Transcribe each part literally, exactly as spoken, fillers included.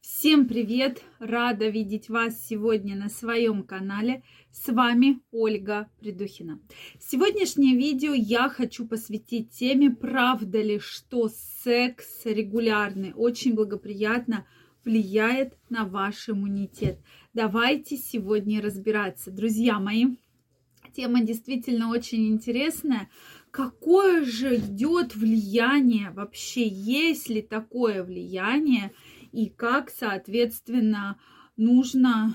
Всем привет! Рада видеть вас сегодня на своем канале. С вами Ольга Придухина. Сегодняшнее видео я хочу посвятить теме, правда ли, что секс регулярный очень благоприятно влияет на ваш иммунитет. Давайте сегодня разбираться. Друзья мои, тема действительно очень интересная. Какое же идет влияние, вообще есть ли такое влияние, и как, соответственно, нужно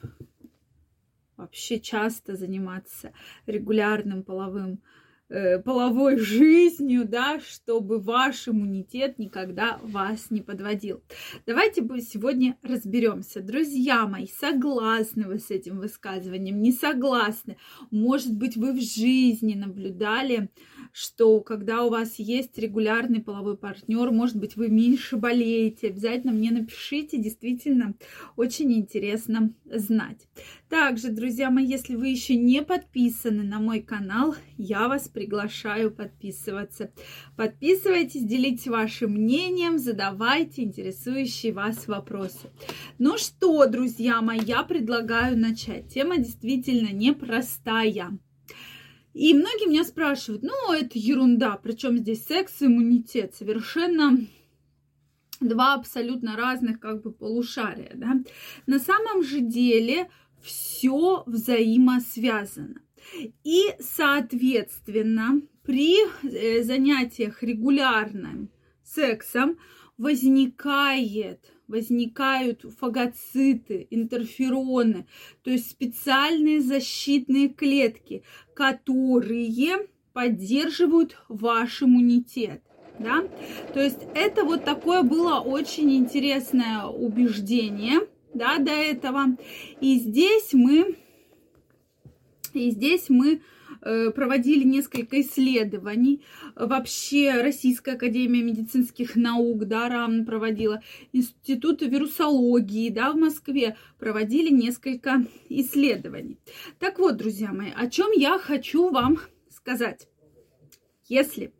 вообще часто заниматься регулярным половым, э, половой жизнью, да, чтобы ваш иммунитет никогда вас не подводил. Давайте сегодня разберемся. Друзья мои, согласны вы с этим высказыванием, не согласны? Может быть, вы в жизни наблюдали, что когда у вас есть регулярный половой партнер, может быть, вы меньше болеете. Обязательно мне напишите, действительно очень интересно знать. Также, друзья мои, если вы еще не подписаны на мой канал, я вас приглашаю подписываться. Подписывайтесь, делитесь вашим мнением, задавайте интересующие вас вопросы. Ну что, друзья мои, я предлагаю начать. Тема действительно непростая. И многие меня спрашивают, ну, это ерунда, причем здесь секс и иммунитет, совершенно два абсолютно разных как бы полушария, да. На самом же деле все взаимосвязано. И, соответственно, при занятиях регулярным сексом возникает возникают фагоциты, интерфероны, то есть специальные защитные клетки, которые поддерживают ваш иммунитет. Да? То есть это вот такое было очень интересное убеждение, да, до этого. И здесь мы, и здесь мы проводили несколько исследований. Вообще Российская академия медицинских наук, да, РАМ проводила, Институт вирусологии, да, в Москве проводили несколько исследований. Так вот, друзья мои, о чем я хочу вам сказать. Если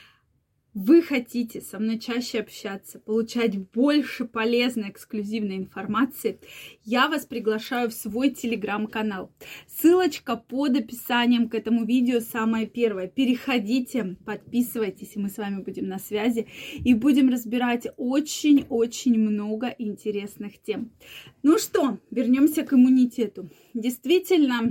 вы хотите со мной чаще общаться, получать больше полезной, эксклюзивной информации, я вас приглашаю в свой телеграм-канал. Ссылочка под описанием к этому видео самая первая. Переходите, подписывайтесь, и мы с вами будем на связи и будем разбирать очень-очень много интересных тем. Ну что, вернемся к иммунитету. Действительно,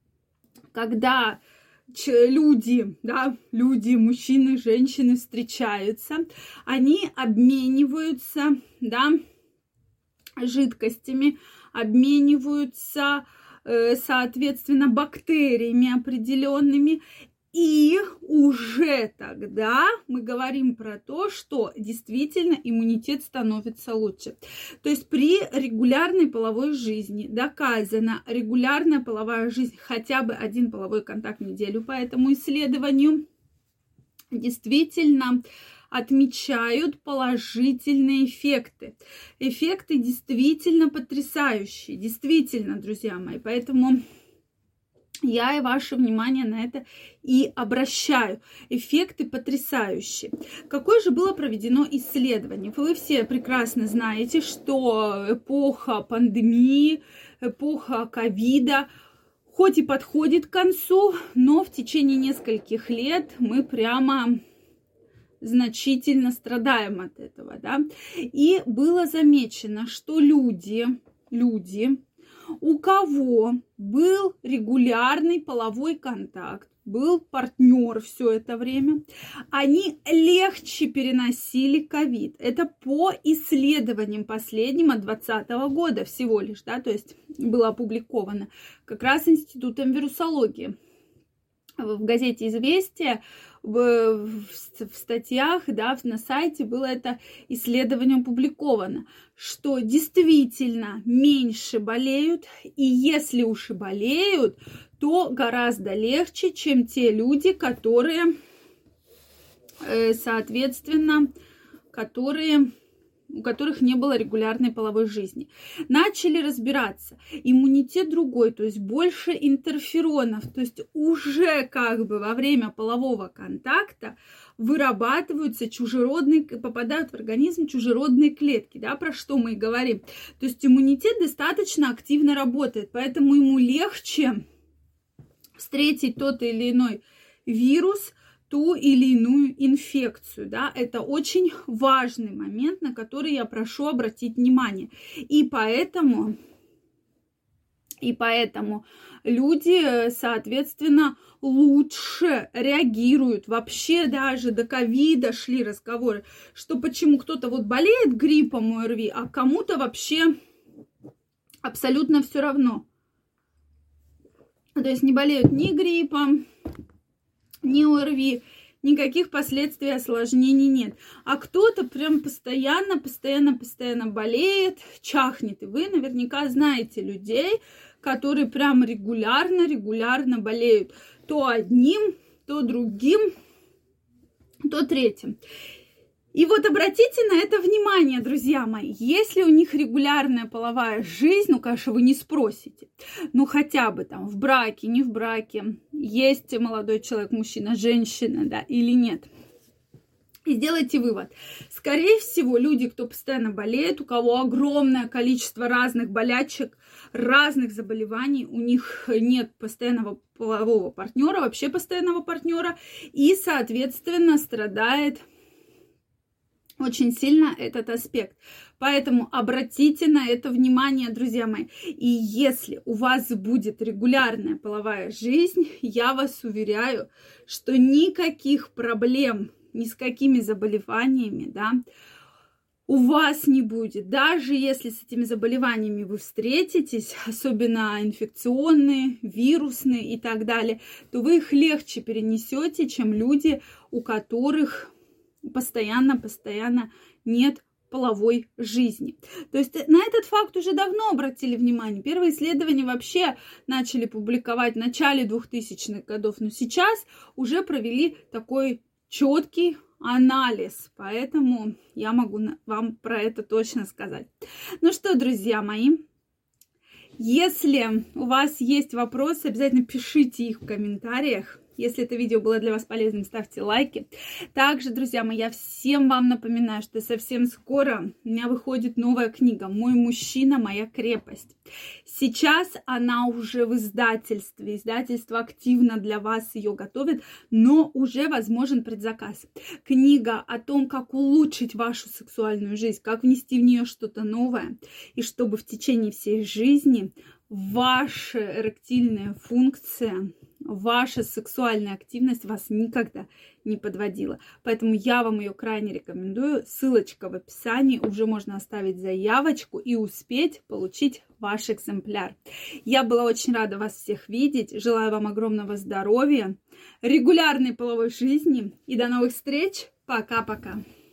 когда люди, да, люди, мужчины, женщины встречаются, они обмениваются, да, жидкостями, обмениваются, э, соответственно, бактериями определенными. И уже тогда мы говорим про то, что действительно иммунитет становится лучше. То есть при регулярной половой жизни доказана регулярная половая жизнь, хотя бы один половой контакт в неделю по этому исследованию, действительно отмечают положительные эффекты. Эффекты действительно потрясающие, действительно, друзья мои. Поэтому я и ваше внимание на это и обращаю. Эффекты потрясающие. Какое же было проведено исследование? Вы все прекрасно знаете, что эпоха пандемии, эпоха ковида хоть и подходит к концу, но в течение нескольких лет мы прямо значительно страдаем от этого, да? И было замечено, что люди, люди, у кого был регулярный половой контакт, был партнер все это время, они легче переносили ковид. Это по исследованиям последним от двадцатого года всего лишь, да, то есть было опубликовано как раз Институтом вирусологии. В газете «Известия», в, в статьях, да, на сайте было это исследование опубликовано, что действительно меньше болеют, и если уж и болеют, то гораздо легче, чем те люди, которые, соответственно, которые у которых не было регулярной половой жизни. Начали разбираться. Иммунитет другой, то есть больше интерферонов. То есть уже как бы во время полового контакта вырабатываются чужеродные, попадают в организм чужеродные клетки, да, про что мы и говорим. То есть иммунитет достаточно активно работает, поэтому ему легче встретить тот или иной вирус, ту или иную инфекцию, да, это очень важный момент, на который я прошу обратить внимание. И поэтому, и поэтому люди, соответственно, лучше реагируют. Вообще даже до ковида шли разговоры, что почему кто-то вот болеет гриппом ОРВИ, а кому-то вообще абсолютно все равно. То есть не болеют ни гриппом, ни ОРВИ, никаких последствий, осложнений нет. А кто-то прям постоянно, постоянно, постоянно болеет, чахнет. И вы наверняка знаете людей, которые прям регулярно, регулярно болеют. То одним, то другим, то третьим. И вот обратите на это внимание, друзья мои. Если у них регулярная половая жизнь, ну, конечно, вы не спросите, ну, хотя бы там в браке, не в браке, есть молодой человек, мужчина, женщина, да, или нет. И сделайте вывод. Скорее всего, люди, кто постоянно болеет, у кого огромное количество разных болячек, разных заболеваний, у них нет постоянного полового партнера, вообще постоянного партнера, и, соответственно, страдает очень сильно этот аспект. Поэтому обратите на это внимание, друзья мои. И если у вас будет регулярная половая жизнь, я вас уверяю, что никаких проблем ни с какими заболеваниями, да, у вас не будет. Даже если с этими заболеваниями вы встретитесь, особенно инфекционные, вирусные и так далее, то вы их легче перенесете, чем люди, у которых постоянно-постоянно нет половой жизни. То есть на этот факт уже давно обратили внимание. Первые исследования вообще начали публиковать в начале двухтысячных годов, но сейчас уже провели такой четкий анализ, поэтому я могу вам про это точно сказать. Ну что, друзья мои, если у вас есть вопросы, обязательно пишите их в комментариях. Если это видео было для вас полезным, ставьте лайки. Также, друзья мои, я всем вам напоминаю, что совсем скоро у меня выходит новая книга «Мой мужчина, моя крепость». Сейчас она уже в издательстве. Издательство активно для вас ее готовит, но уже возможен предзаказ. Книга о том, как улучшить вашу сексуальную жизнь, как внести в нее что-то новое, и чтобы в течение всей жизни ваша эректильная функция, ваша сексуальная активность вас никогда не подводила. Поэтому я вам ее крайне рекомендую. Ссылочка в описании. Уже можно оставить заявочку и успеть получить ваш экземпляр. Я была очень рада вас всех видеть. Желаю вам огромного здоровья, регулярной половой жизни и до новых встреч. Пока-пока.